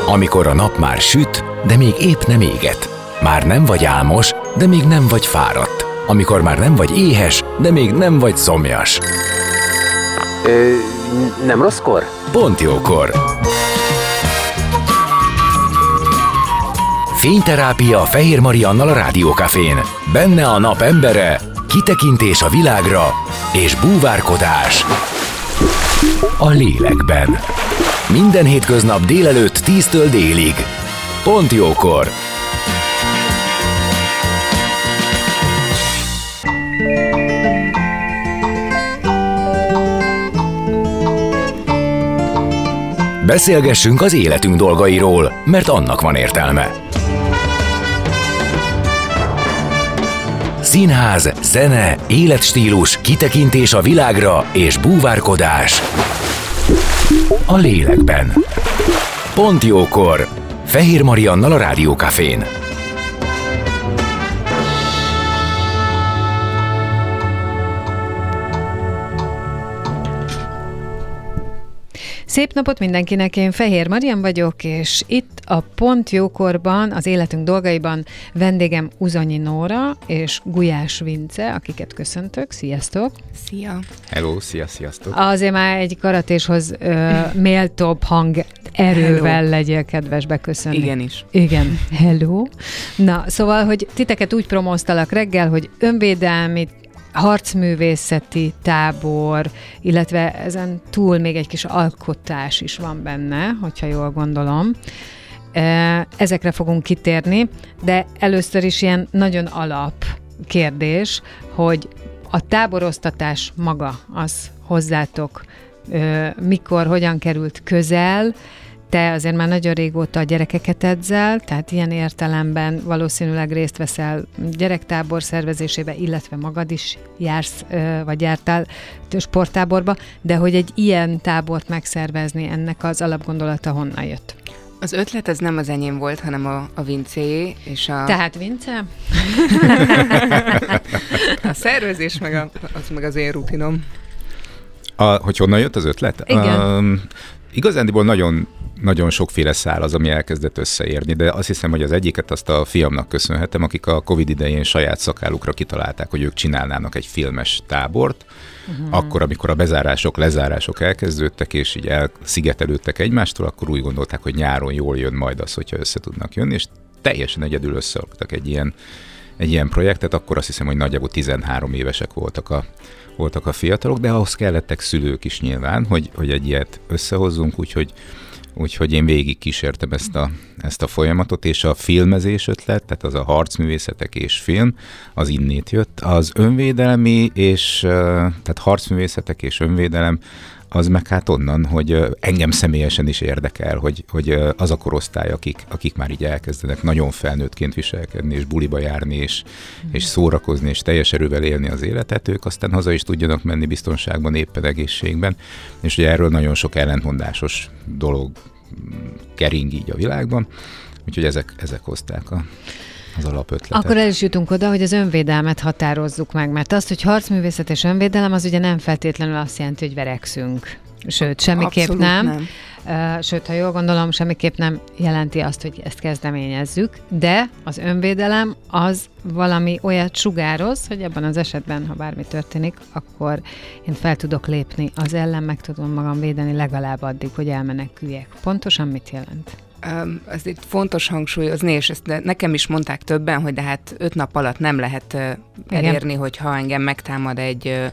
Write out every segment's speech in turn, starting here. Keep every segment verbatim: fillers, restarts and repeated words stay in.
Amikor a nap már süt, de még épp nem éget. Már nem vagy álmos, de még nem vagy fáradt. Amikor már nem vagy éhes, de még nem vagy szomjas. Ö, nem rosszkor? Pont jókor. Fényterápia Fehér Mariannal a Rádiókafén. Benne a nap embere, kitekintés a világra és búvárkodás a lélekben. Minden hétköznap délelőtt tíztől délig. Pont jókor. Beszélgessünk az életünk dolgairól, mert annak van értelme. Színház, zene, életstílus, kitekintés a világra és búvárkodás a lélekben. Pont jókor. Fehér Mariannal a Rádiókafén. Szép napot mindenkinek, én Fehér Marian vagyok, és itt a Pont Jókorban, az életünk dolgaiban vendégem Uzonyi Nóra és Gulyás Vince, akiket köszöntök. Sziasztok! Szia! Hello, szia, sziasztok! Azért már egy karatéshoz ö, méltóbb hang erővel hello. Legyél kedves beköszönni. Igenis. Igen, hello! Na, szóval, hogy titeket úgy promóztalak reggel, hogy önvédelmi harcművészeti tábor, illetve ezen túl még egy kis alkotás is van benne, hogyha jól gondolom. Ezekre fogunk kitérni, de először is ilyen nagyon alap kérdés, hogy a táboroztatás maga az hozzátok mikor, hogyan került közel. Te azért már nagyon régóta a gyerekeket edzel, tehát ilyen értelemben valószínűleg részt veszel gyerektábor szervezésébe, illetve magad is jársz, vagy jártál sporttáborba, de hogy egy ilyen tábort megszervezni, ennek az alapgondolata honnan jött? Az ötlet az nem az enyém volt, hanem a, a Vincéé, és a... Tehát Vince? a szervezés, meg, a, az meg az én rutinom. A, hogy honnan jött az ötlet? Igen. Um, igazándiból nagyon, nagyon sokféle szál az, ami elkezdett összeérni, de azt hiszem, hogy az egyiket azt a fiamnak köszönhetem, akik a Covid idején saját szakálukra kitalálták, hogy ők csinálnának egy filmes tábort, uh-huh. Akkor, amikor a bezárások, lezárások elkezdődtek, és így elszigetelődtek egymástól, akkor úgy gondolták, hogy nyáron jól jön majd az, hogyha össze tudnak jönni, és teljesen egyedül összeraktak egy ilyen, egy ilyen projektet, akkor azt hiszem, hogy nagyjából tizenhárom évesek voltak a voltak a fiatalok, de ahhoz kellettek szülők is nyilván, hogy, hogy egy ilyet összehozzunk, úgyhogy, úgyhogy én végig kísértem ezt a, ezt a folyamatot, és a filmezés ötlet, tehát az a harcművészetek és film, az innét jött. Az önvédelmi és, tehát harcművészetek és önvédelem, az meg hát onnan, hogy engem személyesen is érdekel, hogy, hogy az a korosztály, akik, akik már így elkezdenek nagyon felnőttként viselkedni, és buliba járni, és, mm. és szórakozni, és teljes erővel élni az életet, ők aztán haza is tudjanak menni biztonságban, éppen egészségben, és ugye erről nagyon sok ellentmondásos dolog kering így a világban, úgyhogy ezek, ezek hozták a az alapötletet. Akkor el is jutunk oda, hogy az önvédelmet határozzuk meg, mert azt, hogy harcművészet és önvédelem, az ugye nem feltétlenül azt jelenti, hogy verekszünk. Sőt, semmiképp nem. nem. Uh, sőt, ha jól gondolom, semmiképp nem jelenti azt, hogy ezt kezdeményezzük, de az önvédelem az valami olyat sugároz, hogy ebben az esetben, ha bármi történik, akkor én fel tudok lépni az ellen, meg tudom magam védeni legalább addig, hogy elmeneküljek. Pontosan mit jelent? Um, ez itt fontos hangsúlyozni, és ezt nekem is mondták többen, hogy de hát öt nap alatt nem lehet uh, elérni, igen. Hogyha engem megtámad egy, uh,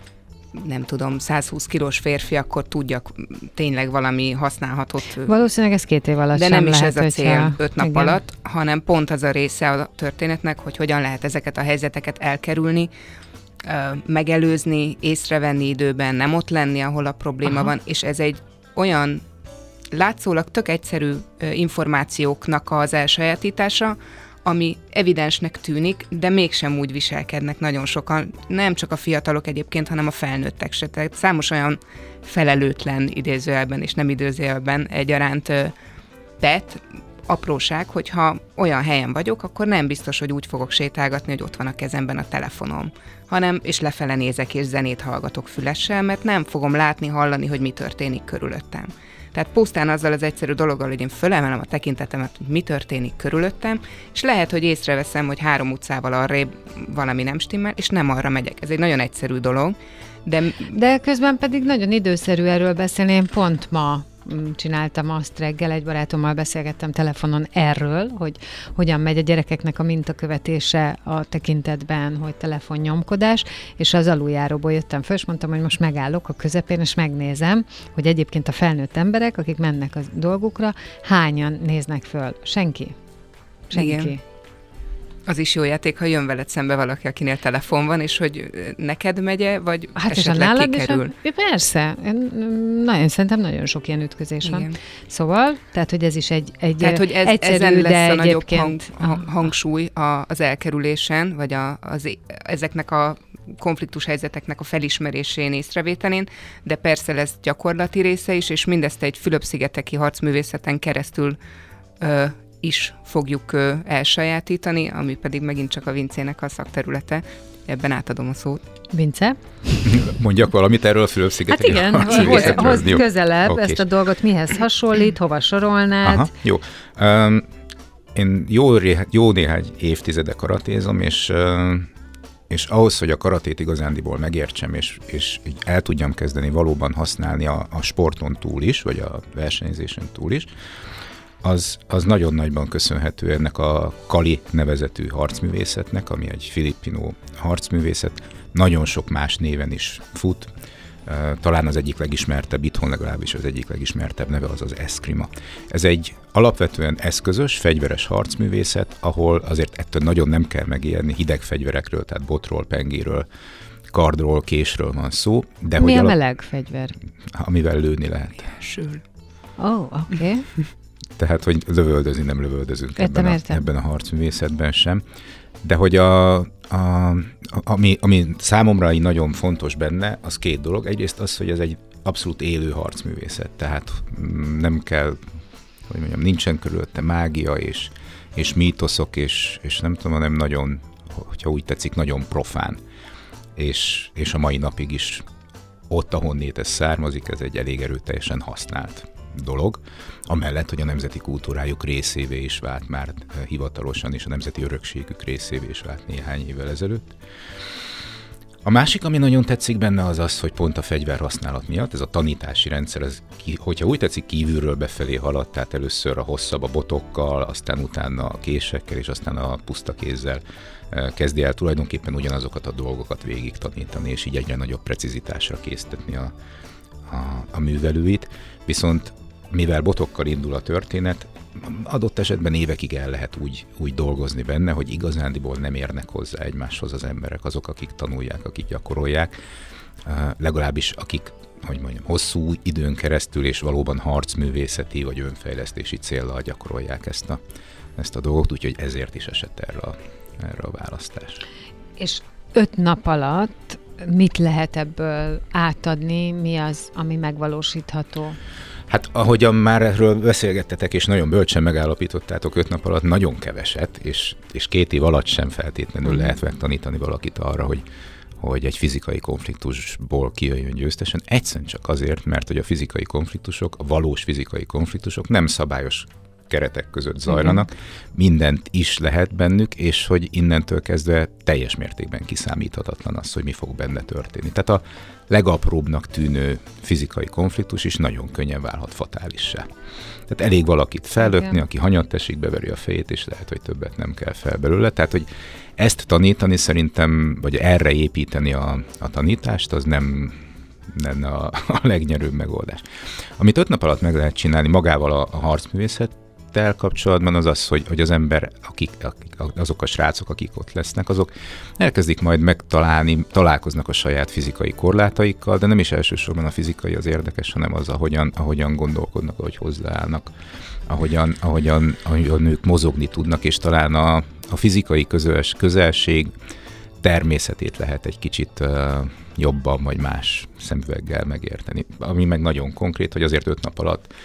nem tudom, százhúsz kilós férfi, akkor tudjak tényleg valami használhatót. Valószínűleg ez két év alatt de sem nem is lehet, ez a cél hogyha... öt nap igen. alatt, hanem pont az a része a történetnek, hogy hogyan lehet ezeket a helyzeteket elkerülni, uh, megelőzni, észrevenni időben, nem ott lenni, ahol a probléma Aha. van, és ez egy olyan látszólag tök egyszerű információknak az elsajátítása, ami evidensnek tűnik, de mégsem úgy viselkednek nagyon sokan, nem csak a fiatalok egyébként, hanem a felnőttek se. Tehát számos olyan felelőtlen idézőjelben és nem idézőjelben egyaránt tett, apróság, hogyha olyan helyen vagyok, akkor nem biztos, hogy úgy fogok sétálgatni, hogy ott van a kezemben a telefonom, hanem és lefele nézek és zenét hallgatok fülessel, mert nem fogom látni, hallani, hogy mi történik körülöttem. Tehát pusztán azzal az egyszerű dologgal, hogy én fölemelem a tekintetemet, hogy mi történik körülöttem, és lehet, hogy észreveszem, hogy három utcával arrébb valami nem stimmel, és nem arra megyek. Ez egy nagyon egyszerű dolog. De, de közben pedig nagyon időszerű erről beszélni. Én pont ma csináltam azt reggel, egy barátommal beszélgettem telefonon erről, hogy hogyan megy a gyerekeknek a mintakövetése a tekintetben, hogy telefonnyomkodás, és az aluljáróból jöttem föl, és mondtam, hogy most megállok a közepén, és megnézem, hogy egyébként a felnőtt emberek, akik mennek a dolgukra, hányan néznek föl. Senki. Senki. Igen. Az is jó játék, ha jön veled szembe valaki, akinél telefon van, és hogy neked megye, vagy hát esetleg kikerül. Is, persze. Én, na, én szerintem nagyon sok ilyen ütközés Igen. van. Szóval, tehát, hogy ez is egy, egy tehát, hogy ez, egyszerű, ezen lesz de a nagyobb egyébként... hang, hangsúly a, az elkerülésen, vagy a, az, ezeknek a konfliktus helyzeteknek a felismerésén, észrevételén, de persze lesz gyakorlati része is, és mindezt egy Fülöp-szigeteki harcművészeten keresztül ö, is fogjuk ö, elsajátítani, ami pedig megint csak a Vincének a szakterülete. Ebben átadom a szót. Vince? Mondjak valamit erről a Fülöp-szigeteki Hát igen, hoz, hoz közelebb okay. Ezt a dolgot mihez hasonlít, hova sorolnád? Aha, jó. Um, én jó, jó néhány évtizede karatézom, és, uh, és ahhoz, hogy a karatét igazándiból megértsem, és, és el tudjam kezdeni valóban használni a, a sporton túl is, vagy a versenyzésen túl is, Az, az nagyon nagyban köszönhető ennek a Kali nevezetű harcművészetnek, ami egy filippinó harcművészet, nagyon sok más néven is fut. Talán az egyik legismertebb, itthon legalábbis az egyik legismertebb neve az az Eskrima. Ez egy alapvetően eszközös, fegyveres harcművészet, ahol azért ettől nagyon nem kell megijedni, hideg fegyverekről, tehát botról, pengéről, kardról, késről van szó. De Mi hogy a alap... meleg fegyver? Amivel lőni lehet. Sül. Ó, oh, oké. Okay. Tehát, hogy lövöldözni nem lövöldözünk értem, ebben, a, értem. ebben a harcművészetben sem. De hogy a, a, ami, ami számomra így nagyon fontos benne, az két dolog. Egyrészt az, hogy ez egy abszolút élő harcművészet. Tehát nem kell, hogy mondjam, nincsen körülötte mágia és, és mítoszok, és, és nem tudom, hanem nagyon, hogyha úgy tetszik, nagyon profán. És, és a mai napig is ott, ahonnét ez származik, ez egy elég erőteljesen használt dolog, amellett, hogy a nemzeti kultúrájuk részévé is vált már hivatalosan, és a nemzeti örökségük részévé is vált néhány évvel ezelőtt. A másik, ami nagyon tetszik benne, az az, hogy pont a fegyverhasználat miatt, ez a tanítási rendszer, ez, hogyha úgy tetszik, kívülről befelé halad, tehát először a hosszabb a botokkal, aztán utána a késekkel, és aztán a puszta kézzel kezdi el tulajdonképpen ugyanazokat a dolgokat végig tanítani, és így egyre nagyobb precizitásra késztetni a, a, a művelőit. Viszont mivel botokkal indul a történet, adott esetben évekig el lehet úgy, úgy dolgozni benne, hogy igazándiból nem érnek hozzá egymáshoz az emberek, azok, akik tanulják, akik gyakorolják, uh, legalábbis akik, hogy mondjam, hosszú időn keresztül és valóban harcművészeti vagy önfejlesztési céllal gyakorolják ezt a, ezt a dolgot, úgyhogy ezért is esett erre a, erre a választás. És öt nap alatt mit lehet ebből átadni, mi az, ami megvalósítható? Hát ahogyan már erről beszélgettetek, és nagyon bölcsen megállapítottátok, öt nap alatt nagyon keveset, és, és két év alatt sem feltétlenül mm. lehet megtanítani valakit arra, hogy, hogy egy fizikai konfliktusból kijöjjön győztesen. Egyszerűen csak azért, mert hogy a fizikai konfliktusok, a valós fizikai konfliktusok nem szabályos keretek között zajlanak, mm-hmm. mindent is lehet bennük, és hogy innentől kezdve teljes mértékben kiszámíthatatlan az, hogy mi fog benne történni. Tehát a legapróbbnak tűnő fizikai konfliktus is nagyon könnyen válhat fatálissá. Tehát elég valakit fellökni, okay. aki hanyat esik, beveri a fejét, és lehet, hogy többet nem kell fel belőle. Tehát, hogy ezt tanítani szerintem, vagy erre építeni a, a tanítást, az nem lenne a, a legnyerőbb megoldás. Amit öt nap alatt meg lehet csinálni magával a, a harcművészet, kapcsolatban az az, hogy, hogy az ember, akik, akik, azok a srácok, akik ott lesznek, azok elkezdik majd megtalálni, találkoznak a saját fizikai korlátaikkal, de nem is elsősorban a fizikai az érdekes, hanem az, ahogyan, ahogyan gondolkodnak, ahogy hozzáállnak, ahogyan, ahogyan, ahogyan ők mozogni tudnak, és talán a, a fizikai közös, közelség természetét lehet egy kicsit uh, jobban vagy más szemüveggel megérteni. Ami meg nagyon konkrét, hogy azért öt nap alatt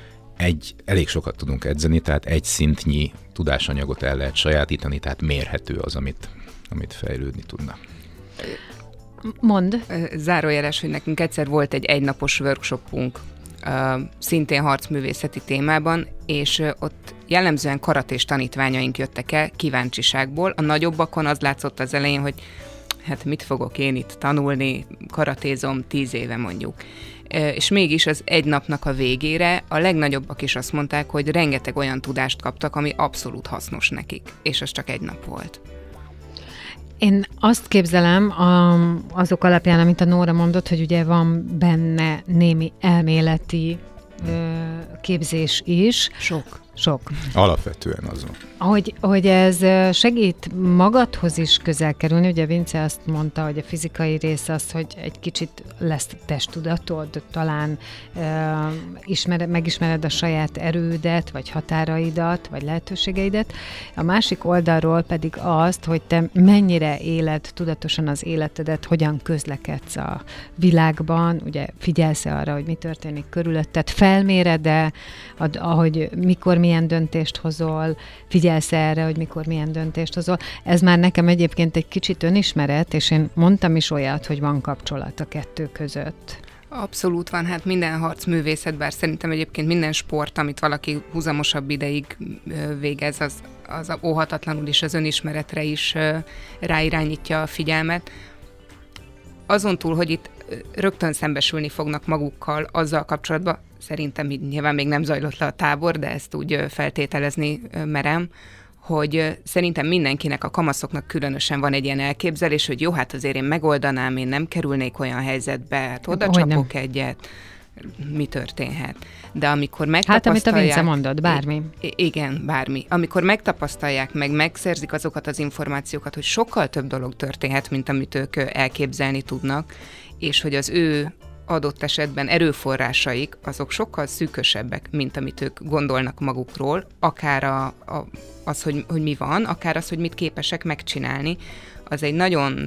Egy, elég sokat tudunk edzeni, tehát egy szintnyi tudásanyagot el lehet sajátítani, tehát mérhető az, amit, amit fejlődni tudna. Mond. Zárójeles, hogy nekünk egyszer volt egy egynapos workshopunk szintén harcművészeti témában, és ott jellemzően karatés tanítványaink jöttek el kíváncsiságból. A nagyobbakon az látszott az elején, hogy hát mit fogok én itt tanulni, karatézom tíz éve mondjuk. És mégis az egy napnak a végére a legnagyobbak is azt mondták, hogy rengeteg olyan tudást kaptak, ami abszolút hasznos nekik, és az csak egy nap volt. Én azt képzelem azok alapján, amit a Nóra mondott, hogy ugye van benne némi elméleti képzés is. Sok. Sok. Alapvetően azon. Hogy, hogy ez segít magadhoz is közel kerülni, ugye Vince azt mondta, hogy a fizikai rész az, hogy egy kicsit lesz testtudatod, talán uh, ismered, megismered a saját erődet, vagy határaidat, vagy lehetőségeidet. A másik oldalról pedig azt, hogy te mennyire éled tudatosan az életedet, hogyan közlekedsz a világban, ugye figyelsz arra, hogy mi történik körülötted, felméred-e, ahogy mikor milyen döntést hozol, figyelsz erre, hogy mikor milyen döntést hozol. Ez már nekem egyébként egy kicsit önismeret, és én mondtam is olyat, hogy van kapcsolat a kettő között. Abszolút van, hát minden harcművészet, bár szerintem egyébként minden sport, amit valaki húzamosabb ideig végez, az, az óhatatlanul is az önismeretre is ráirányítja a figyelmet. Azon túl, hogy itt rögtön szembesülni fognak magukkal azzal kapcsolatban, szerintem nyilván még nem zajlott le a tábor, de ezt úgy feltételezni merem, hogy szerintem mindenkinek, a kamaszoknak különösen van egy ilyen elképzelés, hogy jó, hát azért én megoldanám, én nem kerülnék olyan helyzetbe, hát oda hogy csapok nem. egyet, mi történhet. De amikor megtapasztalják... Hát, amit a Vince mondott, bármi. Igen, bármi. Amikor megtapasztalják, meg megszerzik azokat az információkat, hogy sokkal több dolog történhet, mint amit ők elképzelni tudnak, és hogy az ő adott esetben erőforrásaik, azok sokkal szűkösebbek, mint amit ők gondolnak magukról, akár a, a, az, hogy, hogy mi van, akár az, hogy mit képesek megcsinálni, az egy nagyon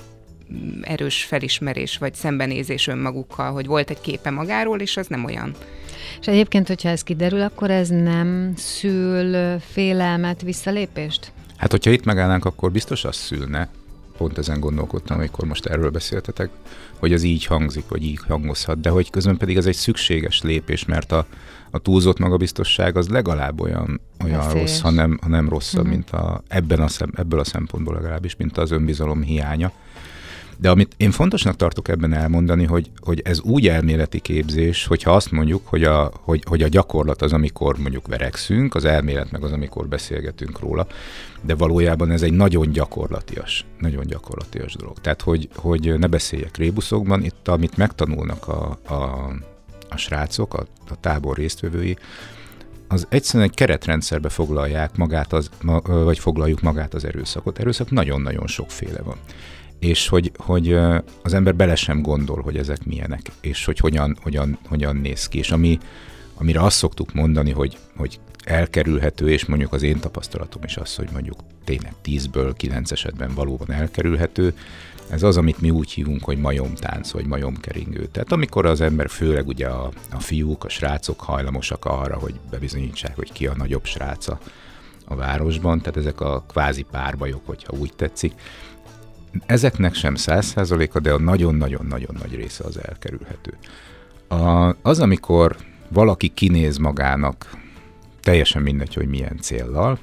erős felismerés, vagy szembenézés önmagukkal, hogy volt egy képe magáról, és az nem olyan. És egyébként, hogyha ez kiderül, akkor ez nem szül félelmet, visszalépést? Hát, hogyha itt megállnánk, akkor biztos az szülne, pont ezen gondolkodtam, amikor most erről beszéltetek, hogy az így hangzik, vagy így hangozhat, de hogy közben pedig ez egy szükséges lépés, mert a, a túlzott magabiztosság az legalább olyan, olyan rossz, ha nem, ha nem rosszabb, uh-huh. mint a, ebben a szem, ebből a szempontból legalábbis, mint az önbizalom hiánya. De amit én fontosnak tartok ebben elmondani, hogy, hogy ez úgy elméleti képzés, hogyha azt mondjuk, hogy a, hogy, hogy a gyakorlat az, amikor mondjuk verekszünk, az elmélet meg az, amikor beszélgetünk róla, de valójában ez egy nagyon gyakorlatias, nagyon gyakorlatias dolog. Tehát, hogy, hogy ne beszéljek rébuszokban, itt amit megtanulnak a, a, a srácok, a, a tábor résztvevői, az egyszerűen egy keretrendszerbe foglalják magát, az, vagy foglaljuk magát az erőszakot. Erőszak nagyon-nagyon sokféle van. És hogy, hogy az ember bele sem gondol, hogy ezek milyenek, és hogy hogyan, hogyan, hogyan néz ki. És ami, amire azt szoktuk mondani, hogy, hogy elkerülhető, és mondjuk az én tapasztalatom is az, hogy mondjuk tényleg tízből kilenc esetben valóban elkerülhető, ez az, amit mi úgy hívunk, hogy majomtánc, vagy majomkeringő. Tehát amikor az ember, főleg ugye a, a fiúk, a srácok hajlamosak arra, hogy bebizonyítsák, hogy ki a nagyobb sráca a városban, tehát ezek a kvázi párbajok, hogyha úgy tetszik, ezeknek sem száz százaléka, de a nagyon-nagyon-nagyon nagy része az elkerülhető. A, az, amikor valaki kinéz magának, teljesen mindegy, hogy milyen céllal,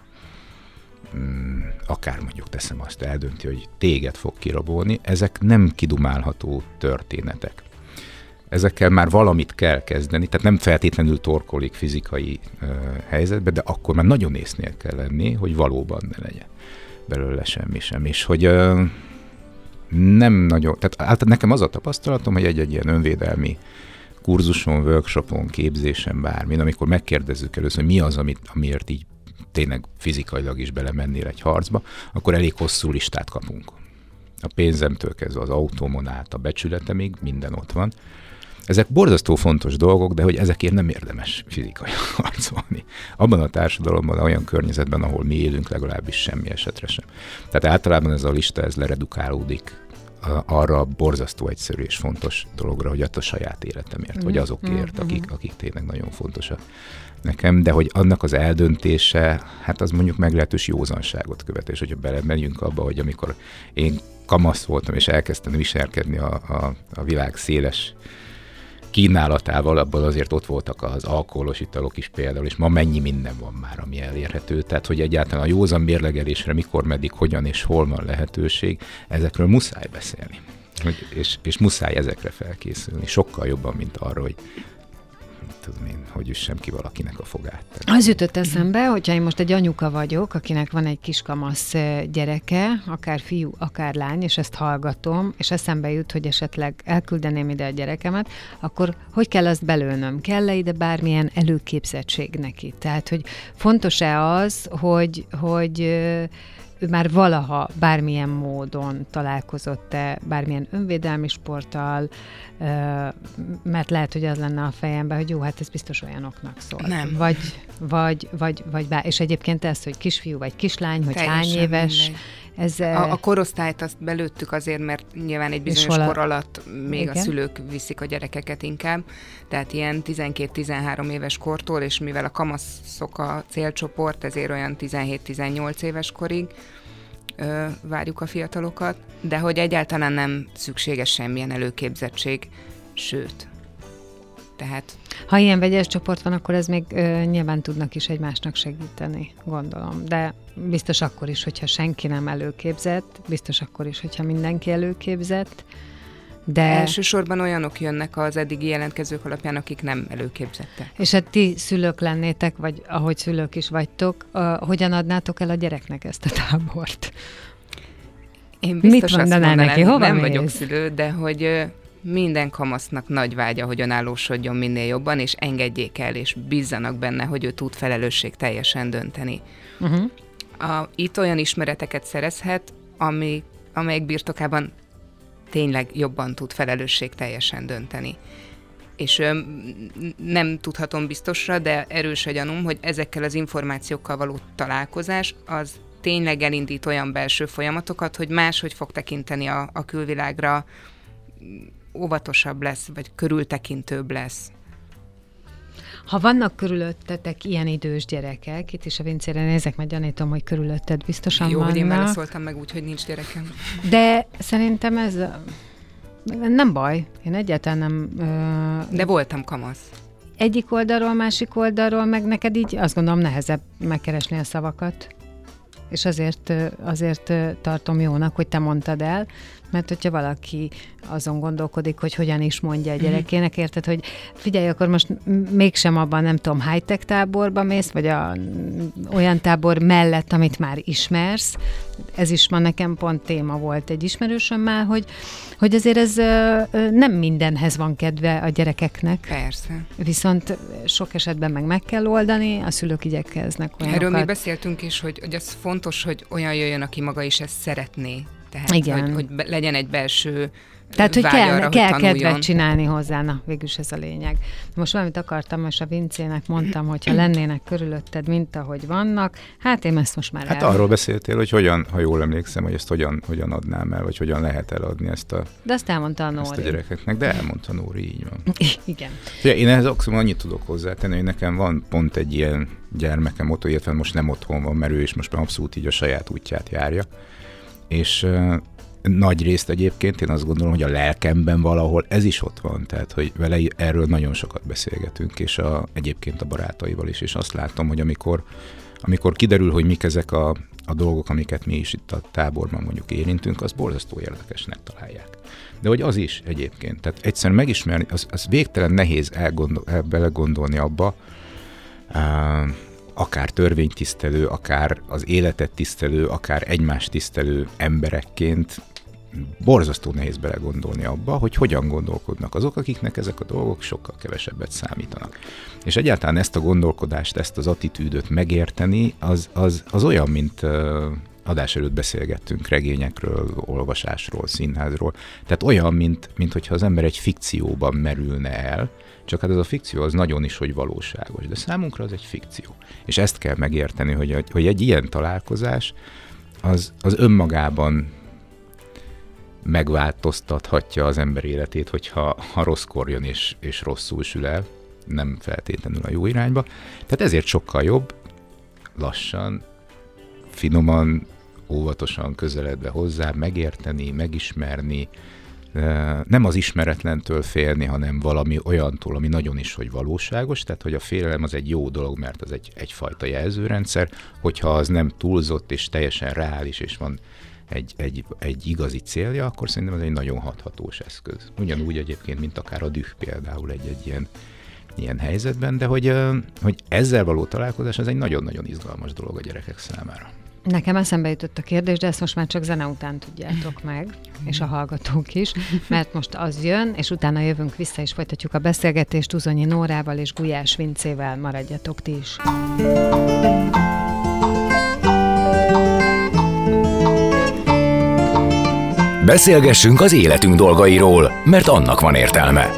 akár mondjuk teszem azt, eldönti, hogy téged fog kirabolni, ezek nem kidumálható történetek. Ezekkel már valamit kell kezdeni, tehát nem feltétlenül torkolik fizikai uh, helyzetbe, de akkor már nagyon észnél kell lenni, hogy valóban ne legyen belőle semmi sem. És hogy uh, nem nagyon, tehát általában nekem az a tapasztalatom, hogy egy-egy ilyen önvédelmi kurzuson, workshopon, képzésen, bármin, amikor megkérdezzük először, hogy mi az, amit, amiért így tényleg fizikailag is belemennél egy harcba, akkor elég hosszú listát kapunk. A pénzemtől kezdve az autómon át a becsületemig, minden ott van. Ezek borzasztó fontos dolgok, de hogy ezekért nem érdemes fizikai harcolni. Abban a társadalomban, olyan környezetben, ahol mi élünk, legalábbis semmi esetre sem. Tehát általában ez a lista, ez leredukálódik arra a borzasztó egyszerű és fontos dologra, hogy a saját életemért, vagy azokért, akik, akik tényleg nagyon fontosak nekem, de hogy annak az eldöntése, hát az mondjuk meglehetős józanságot követ, és hogyha belemegyünk abba, hogy amikor én kamasz voltam, és elkezdtem viselkedni a, a, a világ széles kínálatával, abban azért ott voltak az alkoholos italok is például, és ma mennyi minden van már, ami elérhető. Tehát, hogy egyáltalán a józan mérlegelésre mikor, meddig, hogyan és hol van lehetőség, ezekről muszáj beszélni. Hogy, és, és muszáj ezekre felkészülni. Sokkal jobban, mint arra, hogy tudom én, hogy üssem ki valakinek a fogát. Tehát, az jutott eszembe, hogyha én most egy anyuka vagyok, akinek van egy kiskamasz gyereke, akár fiú, akár lány, és ezt hallgatom, és eszembe jut, hogy esetleg elküldeném ide a gyerekemet, akkor hogy kell azt belőnöm? Kell-e ide bármilyen előképzettség neki? Tehát, hogy fontos-e az, hogy, hogy ő már valaha bármilyen módon találkozott-e bármilyen önvédelmi sporttal, mert lehet, hogy az lenne a fejemben, hogy jó, hát ez biztos olyanoknak szól. Nem. Vagy, vagy, vagy, vagy bár, és egyébként ez, hogy kisfiú vagy kislány, hogy teljesen hány éves. Ez, a, a korosztályt azt belőttük azért, mert nyilván egy bizonyos a... kor alatt még igen? a szülők viszik a gyerekeket inkább, tehát ilyen tizenkét-tizenhárom éves kortól, és mivel a kamaszok a célcsoport, ezért olyan tizenhét-tizennyolc éves korig ö, várjuk a fiatalokat, de hogy egyáltalán nem szükséges semmilyen előképzettség, sőt. Tehát... Ha ilyen vegyes csoport van, akkor ez még ö, nyilván tudnak is egymásnak segíteni, gondolom. De biztos akkor is, hogyha senki nem előképzett, biztos akkor is, hogyha mindenki előképzett, de... Elsősorban olyanok jönnek az eddigi jelentkezők alapján, akik nem előképzettek. És hát ti szülők lennétek, vagy ahogy szülők is vagytok, uh, hogyan adnátok el a gyereknek ezt a tábort? Én biztos Mit azt mondanám, neki? Hova nem mész? vagyok szülő, de hogy uh, minden kamasznak nagy vágya, hogy önállósodjon minél jobban, és engedjék el, és bízzanak benne, hogy ő tud felelősség teljesen dönteni. Uh-huh. A, itt olyan ismereteket szerezhet, ami, amelyek birtokában tényleg jobban tud felelősség teljesen dönteni. És ö, nem tudhatom biztosra, de erős a gyanúm, hogy ezekkel az információkkal való találkozás az tényleg elindít olyan belső folyamatokat, hogy máshogy fog tekinteni a, a külvilágra, óvatosabb lesz, vagy körültekintőbb lesz. Ha vannak körülöttetek ilyen idős gyerekek, itt is a Vincére nézek, mert gyanítom, hogy körülötted biztosan jó, vannak. Jó, hogy én válaszoltam meg úgy, hogy nincs gyerekem. De szerintem ez nem baj. Én egyáltalán nem... Uh... De voltam kamasz. Egyik oldalról, másik oldalról, meg neked így azt gondolom nehezebb megkeresni a szavakat. És azért, azért tartom jónak, hogy te mondtad el, mert hogyha valaki azon gondolkodik, hogy hogyan is mondja a gyerekének, érted, hogy figyelj, akkor most mégsem abban, nem tudom, high-tech táborba mész, vagy a, olyan tábor mellett, amit már ismersz. Ez is ma nekem pont téma volt egy ismerősömmel, hogy, hogy azért ez nem mindenhez van kedve a gyerekeknek. Persze. Viszont sok esetben meg meg kell oldani, a szülők igyekeznek olyanokat. Erről mi beszéltünk is, hogy, hogy az fontos, hogy olyan jöjjön, aki maga is ezt szeretné. Tehát, igen. Hogy, hogy be, legyen egy belső Tehát, hogy kell, arra, kell hogy kedvet csinálni hozzá, na, végülis ez a lényeg. Most valamit akartam, és a Vincének mondtam, hogyha lennének körülötted, mint ahogy vannak, hát én ezt most már Hát el... arról beszéltél, hogy hogyan, ha jól emlékszem, hogy ezt hogyan, hogyan adnám el, vagy hogyan lehet eladni ezt a, de azt elmondta a Nóri. ezt a gyerekeknek, de elmondta Nóri, így van. Igen. Ugye, én ehhez akkor annyit tudok hozzátenni, hogy nekem van pont egy ilyen gyermekem otthon, illetve most nem otthon van, mert ő is most már abszolút így a saját útját járja. És uh, nagy részt egyébként én azt gondolom, hogy a lelkemben valahol ez is ott van, tehát hogy vele erről nagyon sokat beszélgetünk, és a, egyébként a barátaival is, és azt látom, hogy amikor, amikor kiderül, hogy mik ezek a, a dolgok, amiket mi is itt a táborban mondjuk érintünk, az borzasztó érdekesnek találják. De hogy az is egyébként, tehát egyszerűen megismerni, az, az végtelen nehéz elgondol, el, belegondolni abba, uh, akár törvénytisztelő, akár az életet tisztelő, akár egymást tisztelő emberekként borzasztó nehéz belegondolni abba, hogy hogyan gondolkodnak azok, akiknek ezek a dolgok sokkal kevesebbet számítanak. És egyáltalán ezt a gondolkodást, ezt az attitűdöt megérteni, az, az, az olyan, mint uh, adás előtt beszélgettünk regényekről, olvasásról, színházról. Tehát olyan, mint, mint hogyha az ember egy fikcióban merülne el, csak hát ez a fikció az nagyon is, hogy valóságos, de számunkra az egy fikció. És ezt kell megérteni, hogy, hogy egy ilyen találkozás az, az önmagában megváltoztathatja az ember életét, hogyha ha rosszkor jön és, és rosszul sül el, nem feltétlenül a jó irányba. Tehát ezért sokkal jobb, lassan, finoman, óvatosan közeledve hozzá, megérteni, megismerni, nem az ismeretlentől félni, hanem valami olyantól, ami nagyon is, hogy valóságos, tehát hogy a félelem az egy jó dolog, mert az egy, egyfajta jelzőrendszer, hogyha az nem túlzott és teljesen reális, és van egy, egy, egy igazi célja, akkor szerintem ez egy nagyon hathatós eszköz. Ugyanúgy egyébként, mint akár a düh például egy-egy ilyen, ilyen helyzetben, de hogy, hogy ezzel való találkozás az egy nagyon-nagyon izgalmas dolog a gyerekek számára. Nekem eszembe jutott a kérdés, de ezt most már csak zene után tudjátok meg, és a hallgatók is, mert most az jön, és utána jövünk vissza, és folytatjuk a beszélgetést Uzonyi Nórával és Gulyás Vincével. Maradjatok ti is. Beszélgessünk az életünk dolgairól, mert annak van értelme.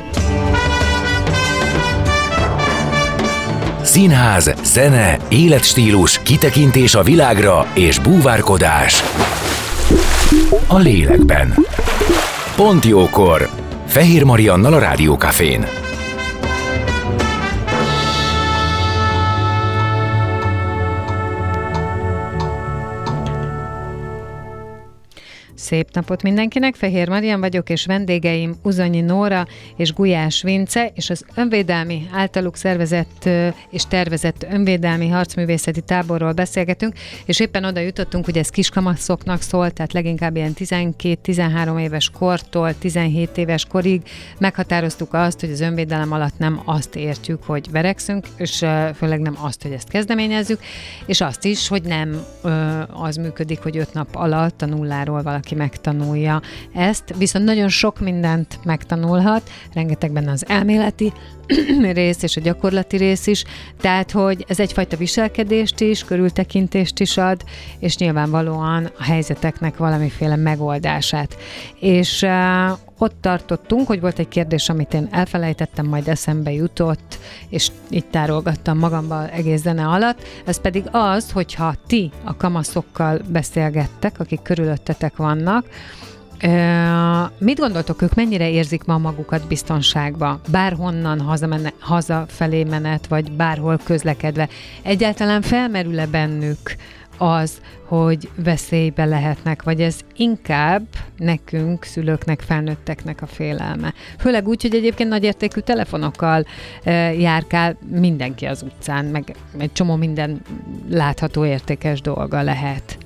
Színház, zene, életstílus, kitekintés a világra és búvárkodás a lélekben. Pont jókor! Fehér Mariannal a Rádiókafén. Szép napot mindenkinek, Fehér Marian vagyok, és vendégeim Uzonyi Nóra és Gulyás Vince, és az önvédelmi, általuk szervezett és tervezett önvédelmi harcművészeti táborról beszélgetünk, és éppen oda jutottunk, hogy ez kiskamaszoknak szól, tehát leginkább ilyen tizenkét-tizenhárom éves kortól tizenhét éves korig meghatároztuk azt, hogy az önvédelem alatt nem azt értjük, hogy verekszünk, és főleg nem azt, hogy ezt kezdeményezzük, és azt is, hogy nem az működik, hogy öt nap alatt a nulláról valaki megtanulja ezt, viszont nagyon sok mindent megtanulhat, rengeteg benne az elméleti rész és a gyakorlati rész is, tehát, hogy ez egyfajta viselkedést is, körültekintést is ad, és nyilvánvalóan a helyzeteknek valamiféle megoldását. És uh, ott tartottunk, hogy volt egy kérdés, amit én elfelejtettem, majd eszembe jutott, és így tárolgattam magamba egész zene alatt, ez pedig az, hogyha ti a kamaszokkal beszélgettek, akik körülöttetek vannak, Uh, mit gondoltok, ők mennyire érzik ma magukat biztonságba? Bárhonnan hazamenne, hazafelé menet, vagy bárhol közlekedve. Egyáltalán felmerül-e bennük az, hogy veszélybe lehetnek, vagy ez inkább nekünk, szülőknek, felnőtteknek a félelme? Főleg úgy, hogy egyébként nagyértékű telefonokkal uh, járkál mindenki az utcán, meg egy csomó minden látható értékes dolga lehet.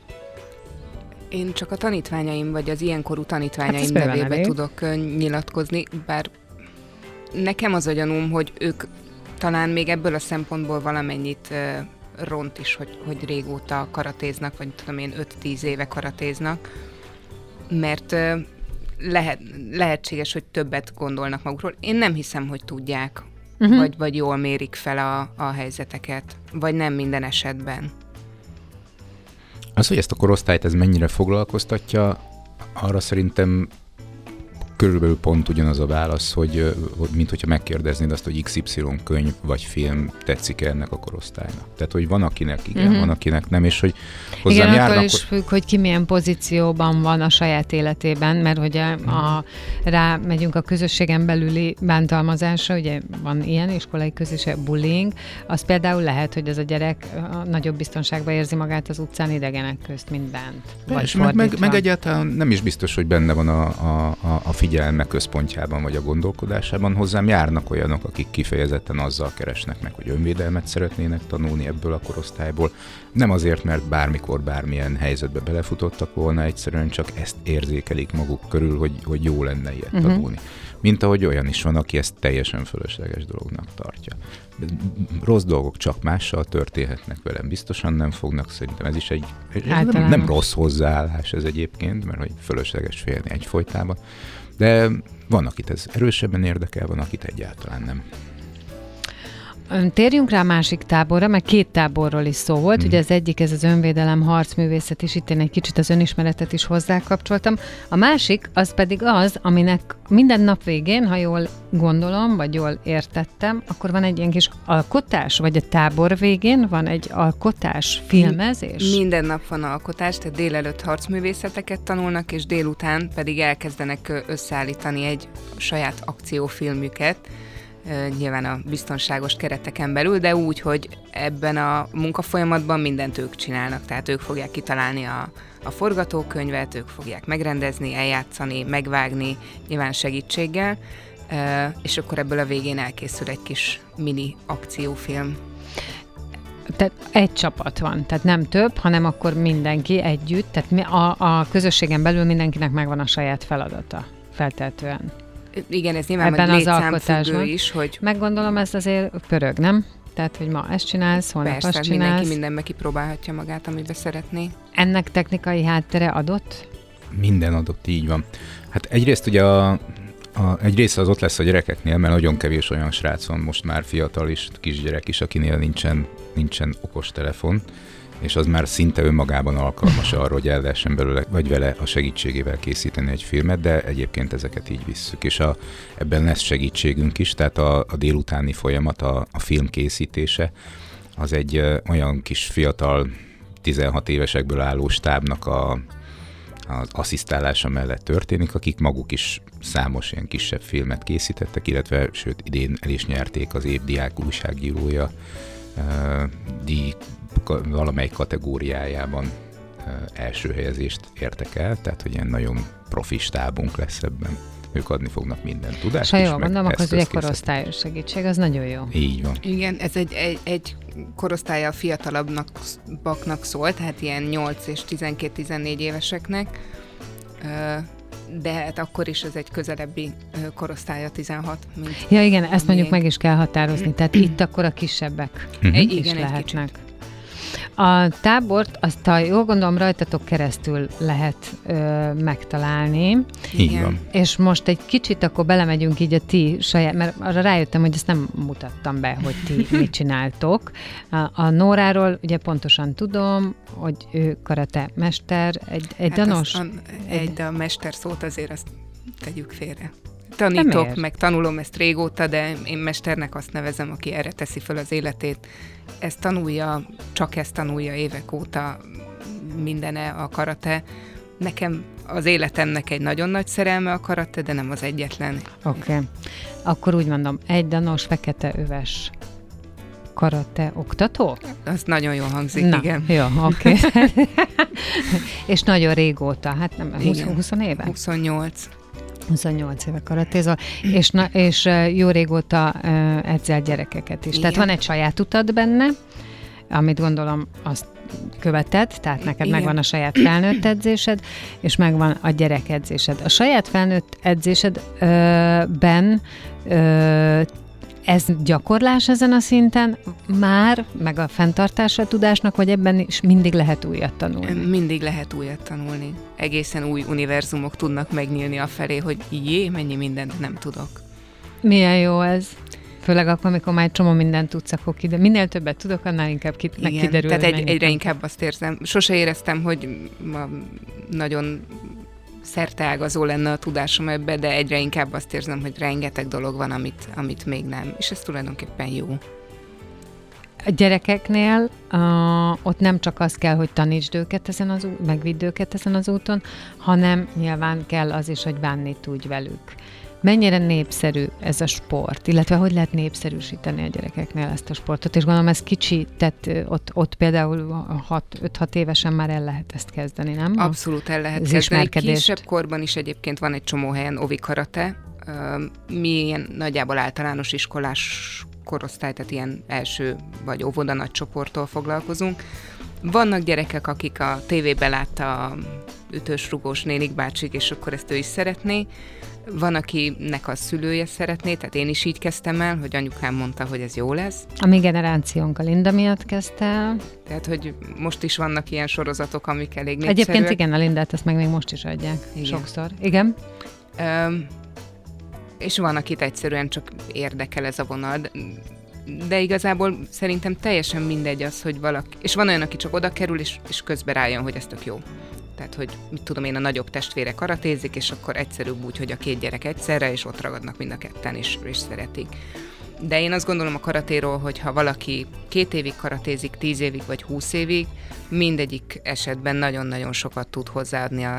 Én csak a tanítványaim, vagy az ilyenkorú tanítványaim hát nevébe tudok uh, nyilatkozni, bár nekem az a gyanúm, hogy ők talán még ebből a szempontból valamennyit uh, ront is, hogy, hogy régóta karatéznak, vagy tudom én, öt-tíz éve karatéznak, mert uh, lehet, lehetséges, hogy többet gondolnak magukról. Én nem hiszem, hogy tudják, uh-huh. vagy, vagy jól mérik fel a, a helyzeteket, vagy nem minden esetben. Az, hogy ezt a korosztályt ez mennyire foglalkoztatja, arra szerintem körülbelül pont ugyanaz a válasz, hogy, mint hogyha megkérdeznéd azt, hogy iksz ipszilon könyv vagy film tetszik ennek a korosztálynak. Tehát, hogy van akinek igen, uh-huh. van akinek nem, és hogy hozzám igen, járnak... attól is függ, hogy ki milyen pozícióban van a saját életében, mert hogy a, a, rá megyünk a közösségen belüli bántalmazásra, ugye van ilyen iskolai közösség, bullying, az például lehet, hogy ez a gyerek a nagyobb biztonságban érzi magát az utcán idegenek közt, mint bent. Vagy és meg, meg, meg egyáltalán nem is biztos, hogy benne van a, a, a, a figyelme központjában, vagy a gondolkodásában. Hozzám járnak olyanok, akik kifejezetten azzal keresnek meg, hogy önvédelmet szeretnének tanulni ebből a korosztályból. Nem azért, mert bármikor bármilyen helyzetbe belefutottak volna, egyszerűen csak ezt érzékelik maguk körül, hogy, hogy jó lenne ilyet uh-huh. tanulni. Mint ahogy olyan is van, aki ezt teljesen fölösleges dolognak tartja. Rossz dolgok csak mással történhetnek velem, biztosan nem fognak, szerintem ez is egy ez nem, nem rossz hozzáállás ez egyébként, mert hogy fölösleges félni egyfolytában. De van, akit ez erősebben érdekel, van, akit egyáltalán nem. Térjünk rá másik táborra, mert két táborról is szó volt. Mm. Ugye az egyik, ez az önvédelem, harcművészet, és itt én egy kicsit az önismeretet is hozzákapcsoltam. A másik, az pedig az, aminek minden nap végén, ha jól gondolom, vagy jól értettem, akkor van egy ilyen kis alkotás, vagy a tábor végén van egy alkotás, filmezés? Minden nap van alkotás, tehát délelőtt harcművészeteket tanulnak, és délután pedig elkezdenek összeállítani egy saját akciófilmüket, nyilván a biztonságos kereteken belül, de úgy, hogy ebben a munkafolyamatban mindent ők csinálnak, tehát ők fogják kitalálni a, a forgatókönyvet, ők fogják megrendezni, eljátszani, megvágni, nyilván segítséggel, és akkor ebből a végén elkészül egy kis mini akciófilm. Tehát egy csapat van, tehát nem több, hanem akkor mindenki együtt, tehát a, a közösségen belül mindenkinek megvan a saját feladata, feltehetően. Igen, ez nyilván ebben az alkotásban is, hogy... Meggondolom, ez azért pörög, nem? Tehát, hogy ma ezt csinálsz, holnap persze, azt csinálsz. mindenki mindenbe kipróbálhatja magát, amiben szeretné. Ennek technikai háttere adott? Minden adott, így van. Hát egyrészt ugye a, a, egy része az ott lesz a gyerekeknél, mert nagyon kevés olyan srác van, most már fiatal is, kisgyerek is, akinél nincsen, nincsen okostelefon, és az már szinte önmagában alkalmas arra, hogy el lehessen belőle, vagy vele a segítségével készíteni egy filmet, de egyébként ezeket így visszük. És a, ebben lesz segítségünk is, tehát a, a délutáni folyamat, a, a film készítése, az egy ö, olyan kis fiatal, tizenhat évesekből álló stábnak a, az asszisztálása mellett történik, akik maguk is számos ilyen kisebb filmet készítettek, illetve sőt idén el is nyerték az év diák újságírója uh, díj valamelyik kategóriájában uh, első helyezést értek el, tehát hogy ilyen nagyon profi stábunk lesz ebben. Ők adni fognak minden tudást. Ha jól gondolom, akkor az ugye korosztályos segítség, az nagyon jó. Így van. Igen, ez egy, egy, egy korosztálya fiatalabbnak szól, tehát ilyen nyolc és tizenkét-tizennégy éveseknek, de hát akkor is ez egy közelebbi korosztálya tizenhat. Mint ja igen, ezt mondjuk meg is kell határozni, tehát itt akkor a kisebbek uh-huh. is igen, lehetnek. A tábort, azt a jól gondolom rajtatok keresztül lehet ö, megtalálni. Így van. És most egy kicsit akkor belemegyünk így a ti saját, mert arra rájöttem, hogy ezt nem mutattam be, hogy ti mit csináltok. A, a Nóráról ugye pontosan tudom, hogy ő karate mester, egy, egy hát danos. A, egy, de a mester szót azért azt tegyük félre. Tanítok, meg tanulom ezt régóta, de én mesternek azt nevezem, aki erre teszi föl az életét. Ezt tanulja, csak ezt tanulja évek óta mindene a karate. Nekem az életemnek egy nagyon nagy szerelme a karate, de nem az egyetlen. Oké. Okay. Akkor úgy mondom, egy danos, fekete öves karate oktató? Az nagyon jól hangzik, na, igen. Jó, oké. Okay. És nagyon régóta, hát nem, húsz, húsz éve? huszonnyolc. huszonnyolc éve karatézol, és, na, és jó régóta uh, edzel gyerekeket is. Igen. Tehát van egy saját utad benne, amit gondolom azt követed, tehát neked igen. megvan a saját felnőtt edzésed, és megvan a gyerek edzésed. A saját felnőtt edzésedben uh, ez gyakorlás ezen a szinten már, meg a fenntartása tudásnak, vagy ebben is mindig lehet újat tanulni? Mindig lehet újat tanulni. Egészen új univerzumok tudnak megnyílni afelé, hogy jé, mennyi mindent nem tudok. Milyen jó ez. Főleg akkor, amikor már egy csomó mindent tudsz, akkor kiderül. Minél többet tudok, annál inkább ki, meg kiderül. Tehát egy, egyre inkább azt érzem. Sose éreztem, hogy ma nagyon szerteágazó lenne a tudásom ebbe, de egyre inkább azt érzem, hogy rengeteg dolog van, amit, amit még nem. És ez tulajdonképpen jó. A gyerekeknél uh, ott nem csak az kell, hogy tanítsd őket ezen az út, megvidd őket ezen az úton, hanem nyilván kell az is, hogy bánni tudj velük. Mennyire népszerű ez a sport, illetve hogy lehet népszerűsíteni a gyerekeknél ezt a sportot, és gondolom ez kicsi, tehát ott, ott például öt-hat évesen már el lehet ezt kezdeni, nem? Abszolút el lehet kezdeni. Kisebb korban is egyébként van egy csomó helyen ovi karate, mi ilyen nagyjából általános iskolás korosztály, tehát ilyen első vagy óvoda nagy csoporttól foglalkozunk. Vannak gyerekek, akik a tévében látta a ütős-rugós nénik bácsik, és akkor ezt ő is szeretné. Van, akinek a szülője szeretné, tehát én is így kezdtem el, hogy anyukám mondta, hogy ez jó lesz. A mi generációnk a Linda miatt kezdte el. Tehát, hogy most is vannak ilyen sorozatok, amik elég népszerűek. Egyébként igen, a Lindát ezt meg még most is adják. Igen. Sokszor. Igen. Üm, és van, akit egyszerűen csak érdekel ez a vonal, de igazából szerintem teljesen mindegy az, hogy valaki... És van olyan, aki csak oda kerül, és, és közben rájön, hogy ez tök jó. Tehát, hogy mit tudom én, a nagyobb testvére karatézik, és akkor egyszerűbb úgy, hogy a két gyerek egyszerre, és ott ragadnak mind a ketten, és, és szeretik. De én azt gondolom a karatéról, hogy ha valaki két évig karatézik, tíz évig vagy húsz évig, mindegyik esetben nagyon-nagyon sokat tud hozzáadni a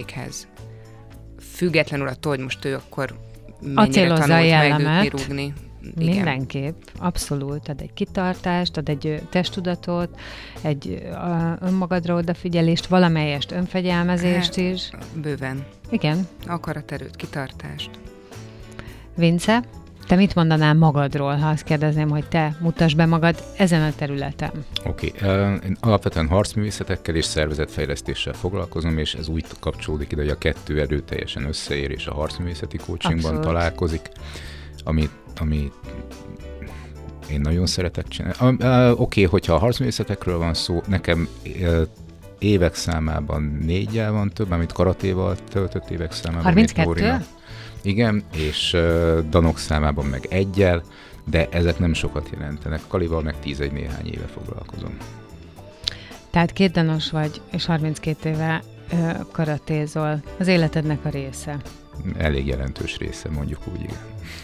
személyiséghez. Függetlenül attól, hogy most ő akkor mennyire tanult megütni, rúgni. igen. Mindenképp, abszolút. Ad egy kitartást, ad egy testtudatot, egy a, önmagadra odafigyelést, valamelyest önfegyelmezést hát, is. Bőven. Igen. Akaraterőt, kitartást. Vince, te mit mondanál magadról, ha azt kérdezném, hogy te mutasd be magad ezen a területen? Oké, okay. Én alapvetően harcművészetekkel és szervezetfejlesztéssel foglalkozom, és ez úgy kapcsolódik ide, hogy a kettő erőteljesen összeér, és a harcművészeti coachingban Abszolút. találkozik, amit, amit én nagyon szeretek csinálni. Oké, okay, hogyha a harcművészetekről van szó, nekem évek számában négyel van több, amit karatéval töltött évek számában. harminckettő? Igen, és uh, danok számában meg egyel, de ezek nem sokat jelentenek. Kalival meg tízegy néhány éve foglalkozom. Tehát két danos vagy, és harminckét éve ö, karatézol. Az életednek a része. Elég jelentős része, mondjuk úgy, igen.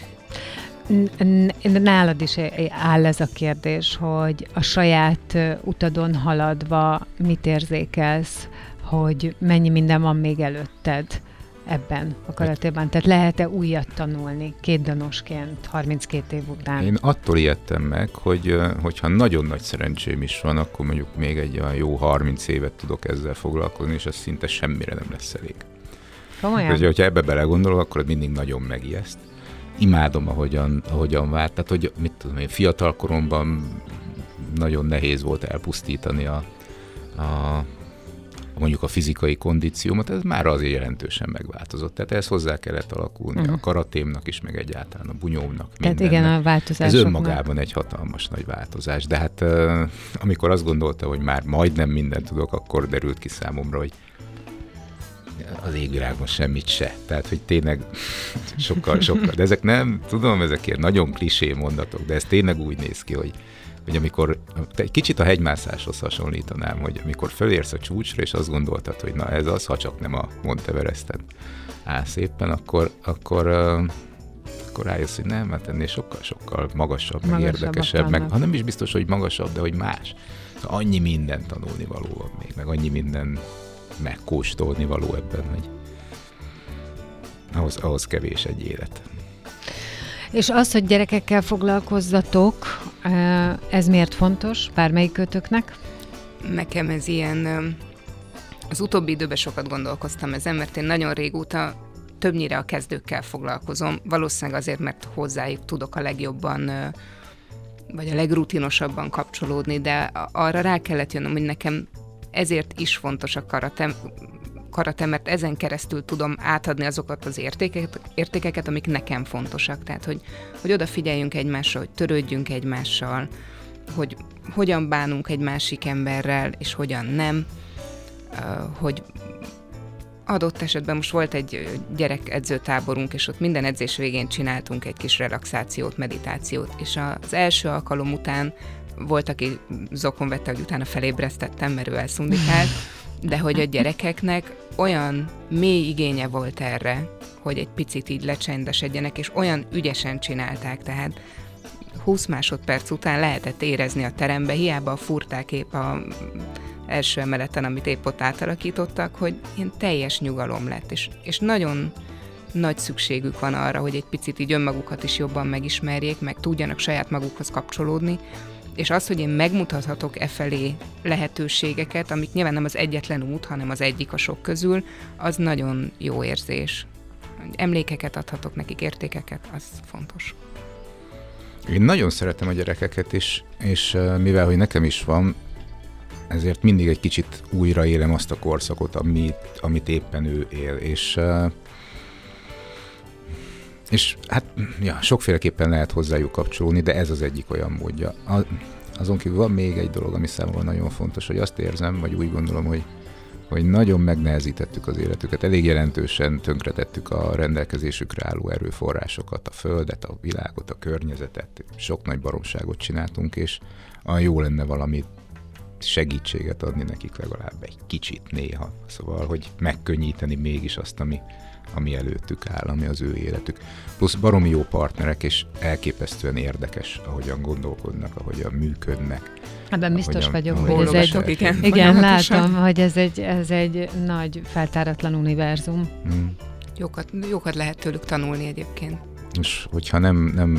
N- nálad is áll ez a kérdés, hogy a saját utadon haladva mit érzékelsz, hogy mennyi minden van még előtted ebben a karatéban? Tehát lehet-e újat tanulni két danosként harminckét év után? Én attól ijedtem meg, hogy hogyha nagyon nagy szerencsém is van, akkor mondjuk még egy olyan jó harminc évet tudok ezzel foglalkozni, és az szinte semmire nem lesz elég. Komolyan? Hogyha, hogyha ebbe belegondolok, akkor mindig nagyon megijeszt. Imádom, ahogyan, ahogyan vált. Tehát, hogy mit tudom én, fiatal koromban nagyon nehéz volt elpusztítani a, a mondjuk a fizikai kondíciómat, ez már azért jelentősen megváltozott. Tehát ehhez hozzá kellett alakulni uh-huh. a karatémnak is, meg egyáltalán a bunyómnak. Tehát mindennek. igen, a változások. Ez önmagában egy hatalmas nagy változás. De hát uh, amikor azt gondolta, hogy már majdnem mindent tudok, akkor derült ki számomra, hogy az égvilágon semmit se. Tehát, hogy tényleg sokkal, sokkal. De ezek nem, tudom, ezek ilyen nagyon klisé mondatok, de ez tényleg úgy néz ki, hogy hogy amikor, egy kicsit a hegymászáshoz hasonlítanám, hogy amikor fölérsz a csúcsra, és azt gondoltad, hogy na ez az, ha csak nem a Monteveresten állsz éppen, akkor, akkor, uh, akkor rájössz, hogy nem, hát ennél sokkal-sokkal magasabb, meg érdekesebb, meg, ha nem is biztos, hogy magasabb, de hogy más. Szóval annyi minden tanulni való van még, meg annyi minden megkóstolni való ebben, hogy ahhoz, ahhoz kevés egy élet. És az, hogy gyerekekkel foglalkozzatok, ez miért fontos bármelyik kötöknek? Nekem ez ilyen, az utóbbi időben sokat gondolkoztam ezen, mert én nagyon régóta többnyire a kezdőkkel foglalkozom, valószínűleg azért, mert hozzájuk tudok a legjobban, vagy a legrutinosabban kapcsolódni, de arra rá kellett jönnöm, hogy nekem ezért is fontos a karate, karate, mert ezen keresztül tudom átadni azokat az értékeket, értékeket, amik nekem fontosak. Tehát, hogy, hogy odafigyeljünk egymásra, hogy törődjünk egymással, hogy hogyan bánunk egy másik emberrel, és hogyan nem, hogy adott esetben most volt egy gyerekedzőtáborunk, és ott minden edzés végén csináltunk egy kis relaxációt, meditációt, és az első alkalom után volt, aki zokon vette, hogy utána felébresztettem, mert ő elszundikált, de hogy a gyerekeknek olyan mély igénye volt erre, hogy egy picit így lecsendesedjenek, és olyan ügyesen csinálták, tehát húsz másodperc után lehetett érezni a terembe, hiába fúrták épp a első emeleten, amit épp ott átalakítottak, hogy ilyen teljes nyugalom lett, és, és nagyon nagy szükségük van arra, hogy egy picit így önmagukat is jobban megismerjék, meg tudjanak saját magukhoz kapcsolódni, és az, hogy én megmutathatok e felé lehetőségeket, amik nyilván nem az egyetlen út, hanem az egyik a sok közül, az nagyon jó érzés. Emlékeket adhatok nekik, értékeket, az fontos. Én nagyon szeretem a gyerekeket is, és mivel, hogy nekem is van, ezért mindig egy kicsit újra élem azt a korszakot, amit, amit éppen ő él, és És hát ja, sokféleképpen lehet hozzájuk kapcsolódni, de ez az egyik olyan módja. A, azon kívül van még egy dolog, ami számomra nagyon fontos, hogy azt érzem, vagy úgy gondolom, hogy, hogy nagyon megnehezítettük az életüket, elég jelentősen tönkretettük a rendelkezésükre álló erőforrásokat, a földet, a világot, a környezetet, sok nagy baromságot csináltunk, és a jó lenne valami segítséget adni nekik legalább egy kicsit néha. Szóval, hogy megkönnyíteni mégis azt, ami ami előttük áll, ami az ő életük. Plusz baromi jó partnerek, és elképesztően érdekes, ahogyan gondolkodnak, ahogyan működnek. Ebben biztos vagyok, hogy ez egy... Igen, igen látom, hogy ez egy, ez egy nagy feltáratlan univerzum. Hmm. Jókat, jókat lehet tőlük tanulni egyébként. És hogyha nem, nem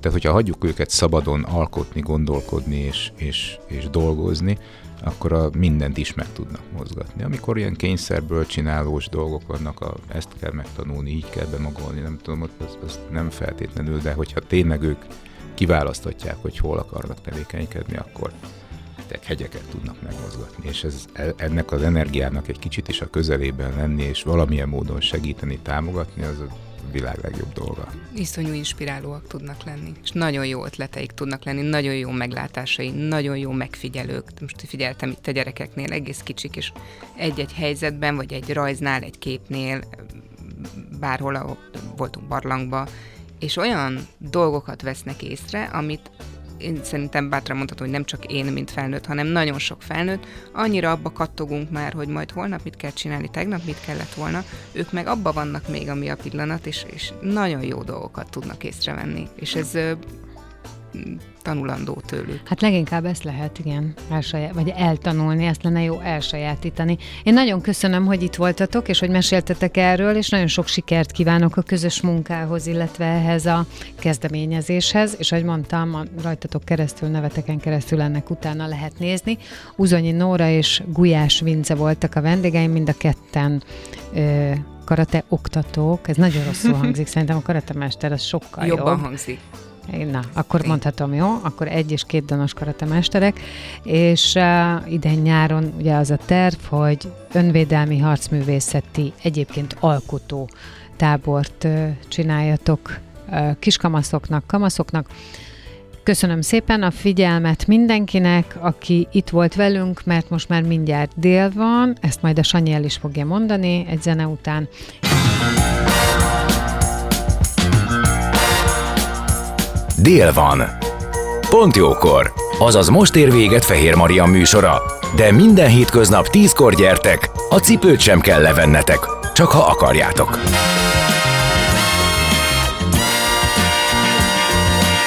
Tehát, hogyha hagyjuk őket szabadon alkotni, gondolkodni és, és, és dolgozni, akkor a mindent is meg tudnak mozgatni. Amikor ilyen kényszerből csinálós dolgok vannak, a, ezt kell megtanulni, így kell bemagolni, nem tudom, az, az nem feltétlenül, de hogyha tényleg ők kiválaszthatják, hogy hol akarnak tevékenykedni, akkor hegyeket tudnak megmozgatni, és ez, ennek az energiának egy kicsit is a közelében lenni, és valamilyen módon segíteni, támogatni, az a világ legjobb dolga. Iszonyú inspirálóak tudnak lenni, és nagyon jó ötleteik tudnak lenni, nagyon jó meglátásai, nagyon jó megfigyelők. Most figyeltem itt a gyerekeknél, egész kicsik, és egy-egy helyzetben, vagy egy rajznál, egy képnél, bárhol, ahol voltunk barlangba, és olyan dolgokat vesznek észre, amit én szerintem bátran mondhatom, hogy nem csak én, mint felnőtt, hanem nagyon sok felnőtt, annyira abba kattogunk már, hogy majd holnap mit kell csinálni, tegnap mit kellett volna, ők meg abba vannak még, ami a pillanat, és, és nagyon jó dolgokat tudnak észrevenni, és ez ö, tanulandó tőlük. Hát leginkább ezt lehet, igen, elsaját, vagy eltanulni, ezt lenne jó elsajátítani. Én nagyon köszönöm, hogy itt voltatok, és hogy meséltetek erről, és nagyon sok sikert kívánok a közös munkához, illetve ehhez a kezdeményezéshez, és ahogy mondtam, a rajtatok keresztül, neveteken keresztül ennek utána lehet nézni. Uzonyi Nóra és Gulyás Vince voltak a vendégeim, mind a ketten ö, karate oktatók, ez nagyon rosszul hangzik, szerintem a karatemester az sokkal jobban jobb. hangzik. Na, akkor mondhatom, jó? Akkor egy és két danos karatemesterek, és uh, idén nyáron ugye az a terv, hogy önvédelmi harcművészeti, egyébként alkotó tábort uh, csináljatok uh, kiskamaszoknak, kamaszoknak. Köszönöm szépen a figyelmet mindenkinek, aki itt volt velünk, mert most már mindjárt dél van, ezt majd a Sanyi el is fogja mondani egy zene után. Dél van. Pont jókor. Azaz most ér véget Fehér Maria műsora. De minden hétköznap tízkor gyertek, a cipőt sem kell levennetek, csak ha akarjátok.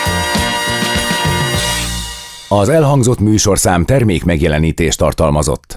Az elhangzott műsorszám termék megjelenítést tartalmazott.